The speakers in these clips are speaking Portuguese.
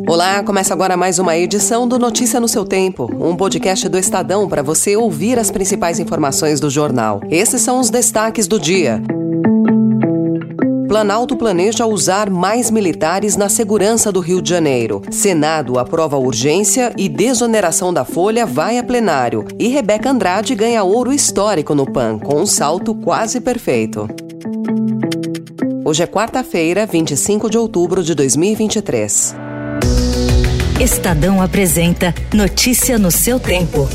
Olá, começa agora mais uma edição do Notícia no seu Tempo, um podcast do Estadão para você ouvir as principais informações do jornal. Esses são os destaques do dia. Planalto planeja usar mais militares na segurança do Rio de Janeiro. Senado aprova urgência e desoneração da folha vai a plenário. E Rebeca Andrade ganha ouro histórico no PAN, com um salto quase perfeito. Hoje é quarta-feira, 25 de outubro de 2023. Estadão apresenta Notícia no seu tempo.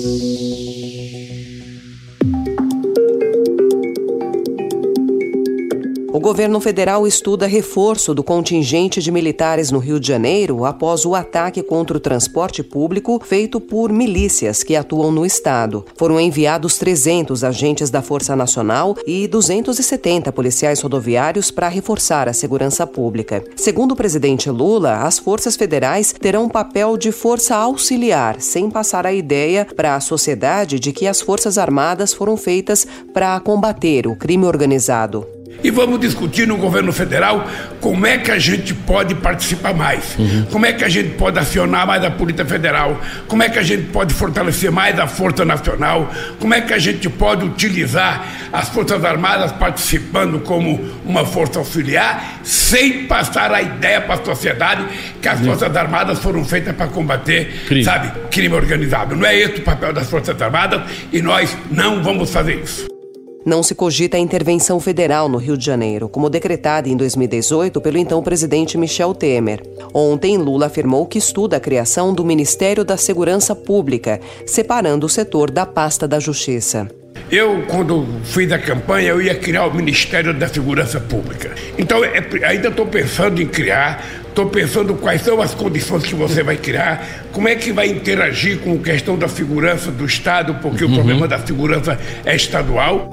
O governo federal estuda reforço do contingente de militares no Rio de Janeiro após o ataque contra o transporte público feito por milícias que atuam no estado. Foram enviados 300 agentes da Força Nacional e 270 policiais rodoviários para reforçar a segurança pública. Segundo o presidente Lula, as forças federais terão um papel de força auxiliar, sem passar a ideia para a sociedade de que as Forças Armadas foram feitas para combater o crime organizado. E vamos discutir no governo federal como é que a gente pode participar mais, como é que a gente pode acionar mais a Polícia Federal, como é que a gente pode fortalecer mais a Força Nacional, como é que a gente pode utilizar as Forças Armadas participando como uma força auxiliar, sem passar a ideia para a sociedade que as Forças Armadas foram feitas para combater, crime organizado. Não é esse o papel das Forças Armadas e nós não vamos fazer isso. Não se cogita a intervenção federal no Rio de Janeiro, como decretada em 2018 pelo então presidente Michel Temer. Ontem, Lula afirmou que estuda a criação do Ministério da Segurança Pública, separando o setor da pasta da Justiça. Eu, quando fiz a campanha, eu ia criar o Ministério da Segurança Pública. Então, ainda estou pensando em criar, estou pensando quais são as condições que você vai criar, como é que vai interagir com a questão da segurança do Estado, porque o problema da segurança é estadual.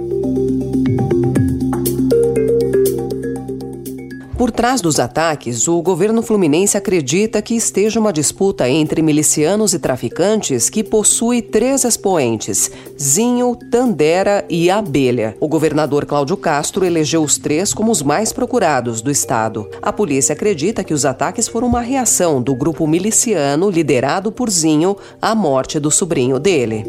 Por trás dos ataques, o governo fluminense acredita que esteja uma disputa entre milicianos e traficantes que possui 3 expoentes: Zinho, Tandera e Abelha. O governador Cláudio Castro elegeu os 3 como os mais procurados do estado. A polícia acredita que os ataques foram uma reação do grupo miliciano liderado por Zinho à morte do sobrinho dele.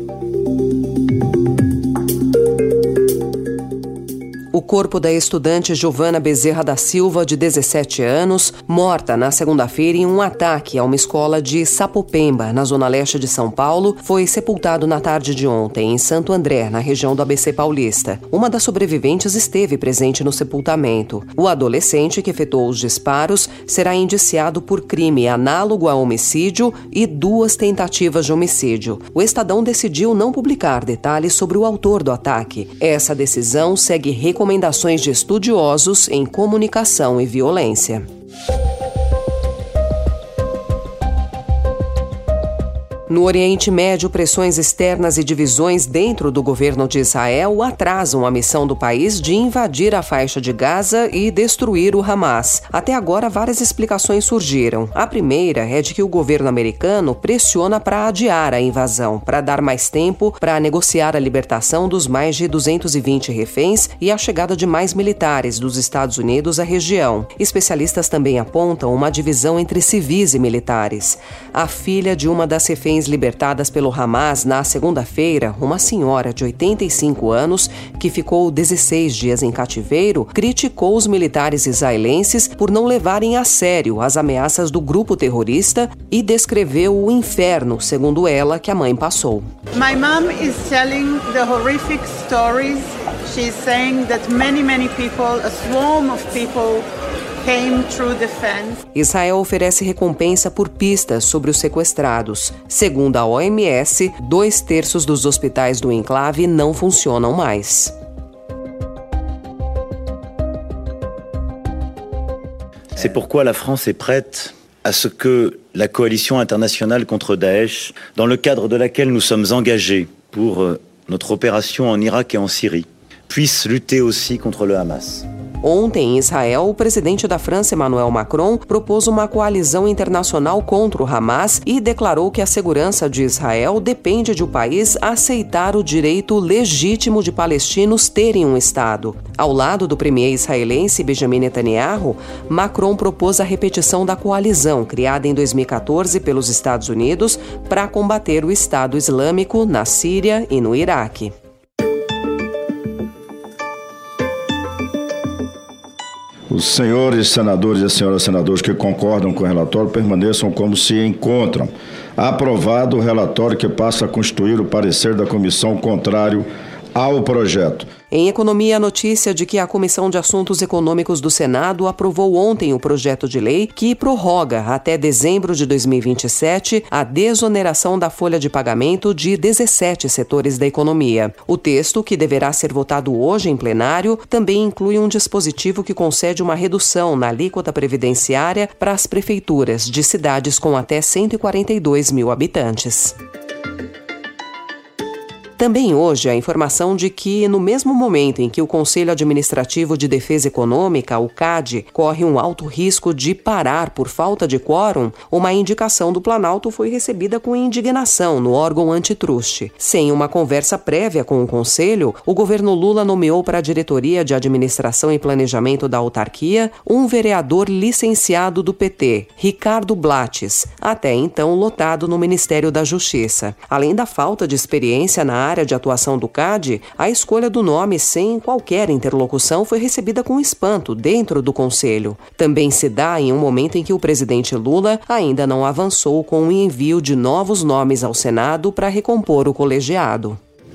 O corpo da estudante Giovana Bezerra da Silva, de 17 anos, morta na segunda-feira em um ataque a uma escola de Sapopemba, na zona leste de São Paulo, foi sepultado na tarde de ontem, em Santo André, na região do ABC Paulista. Uma das sobreviventes esteve presente no sepultamento. O adolescente que efetuou os disparos será indiciado por crime análogo a homicídio e 2 tentativas de homicídio. O Estadão decidiu não publicar detalhes sobre o autor do ataque. Essa decisão segue recomendações de estudiosos em comunicação e violência. No Oriente Médio, pressões externas e divisões dentro do governo de Israel atrasam a missão do país de invadir a faixa de Gaza e destruir o Hamas. Até agora, várias explicações surgiram. A primeira é de que o governo americano pressiona para adiar a invasão, para dar mais tempo para negociar a libertação dos mais de 220 reféns e a chegada de mais militares dos Estados Unidos à região. Especialistas também apontam uma divisão entre civis e militares. A filha de uma das reféns libertadas pelo Hamas na segunda-feira, uma senhora de 85 anos que ficou 16 dias em cativeiro, criticou os militares israelenses por não levarem a sério as ameaças do grupo terrorista e descreveu o inferno, segundo ela, que a mãe passou. My mom is telling the horrific stories. She's saying that many people, a swarm of people came through the fence. Israel oferece recompensa por pistas sobre os sequestrados. Segundo a OMS, 2/3 dos hospitais do enclave não funcionam mais. C'est pourquoi la France est prête à ce que la coalition internationale contre Daesh, dans le cadre de laquelle nous sommes engagés pour notre opération en Irak et en Syrie, puisse lutter aussi contre le Hamas. Ontem, em Israel, o presidente da França, Emmanuel Macron, propôs uma coalizão internacional contra o Hamas e declarou que a segurança de Israel depende de o país aceitar o direito legítimo de palestinos terem um Estado. Ao lado do premier israelense Benjamin Netanyahu, Macron propôs a repetição da coalizão criada em 2014 pelos Estados Unidos para combater o Estado Islâmico na Síria e no Iraque. Os senhores senadores e as senhoras senadoras que concordam com o relatório permaneçam como se encontram. Aprovado o relatório que passa a constituir o parecer da comissão contrário ao projeto. Em economia, a notícia de que a Comissão de Assuntos Econômicos do Senado aprovou ontem o projeto de lei que prorroga até dezembro de 2027 a desoneração da folha de pagamento de 17 setores da economia. O texto, que deverá ser votado hoje em plenário, também inclui um dispositivo que concede uma redução na alíquota previdenciária para as prefeituras de cidades com até 142 mil habitantes. Também hoje a informação de que, no mesmo momento em que o Conselho Administrativo de Defesa Econômica, o CAD, corre um alto risco de parar por falta de quórum, uma indicação do Planalto foi recebida com indignação no órgão antitruste. Sem uma conversa prévia com o Conselho, o governo Lula nomeou para a Diretoria de Administração e Planejamento da Autarquia um vereador licenciado do PT, Ricardo Blattes, até então lotado no Ministério da Justiça. Além da falta de experiência na área de atuação do CAD, a escolha do nome sem qualquer interlocução foi recebida com espanto dentro do Conselho. Também se dá em um momento em que o presidente Lula ainda não avançou com o envio de novos nomes ao Senado para recompor o colegiado.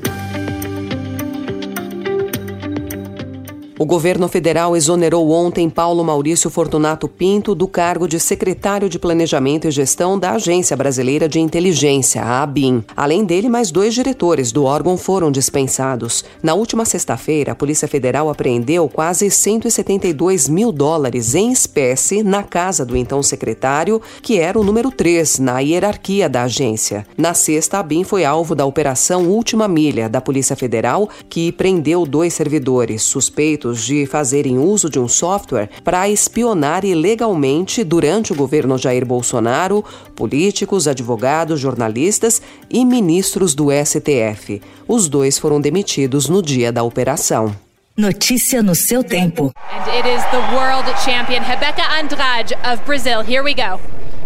O governo federal exonerou ontem Paulo Maurício Fortunato Pinto do cargo de secretário de Planejamento e Gestão da Agência Brasileira de Inteligência, a ABIN. Além dele, mais 2 diretores do órgão foram dispensados. Na última sexta-feira, a Polícia Federal apreendeu quase $172 mil em espécie na casa do então secretário, que era o número 3 na hierarquia da agência. Na sexta, a ABIN foi alvo da Operação Última Milha da Polícia Federal, que prendeu 2 servidores suspeitos de fazerem uso de um software para espionar ilegalmente durante o governo Jair Bolsonaro, políticos, advogados, jornalistas e ministros do STF. Os 2 foram demitidos no dia da operação. Notícia no seu tempo. And it is the world champion Rebeca Andrade of Brazil. Here we go.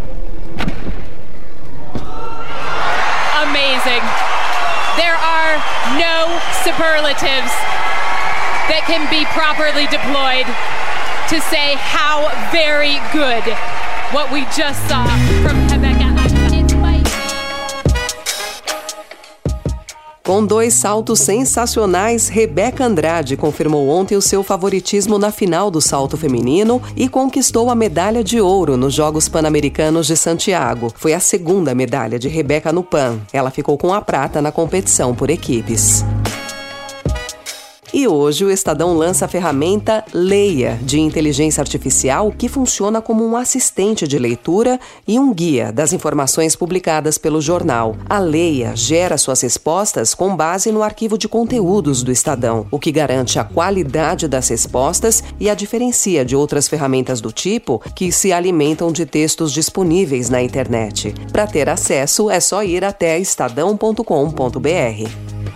Amazing. There are no superlatives that can be properly deployed to say how very good what we just saw from Rebeca Andrade. Com 2 saltos sensacionais, Rebeca Andrade confirmou ontem o seu favoritismo na final do salto feminino e conquistou a medalha de ouro nos Jogos Pan-Americanos de Santiago. Foi a 2ª medalha de Rebeca no PAN. Ela ficou com a prata na competição por equipes. E hoje o Estadão lança a ferramenta Leia, de inteligência artificial, que funciona como um assistente de leitura e um guia das informações publicadas pelo jornal. A Leia gera suas respostas com base no arquivo de conteúdos do Estadão, o que garante a qualidade das respostas e a diferencia de outras ferramentas do tipo que se alimentam de textos disponíveis na internet. Para ter acesso, é só ir até estadão.com.br.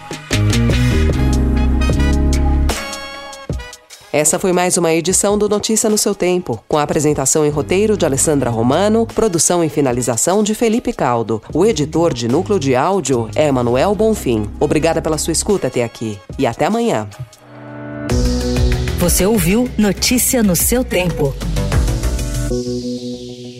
Essa foi mais uma edição do Notícia no seu Tempo, com a apresentação e roteiro de Alessandra Romano, produção e finalização de Felipe Caldo. O editor de núcleo de áudio é Emanuel Bonfim. Obrigada pela sua escuta até aqui e até amanhã. Você ouviu Notícia no seu Tempo.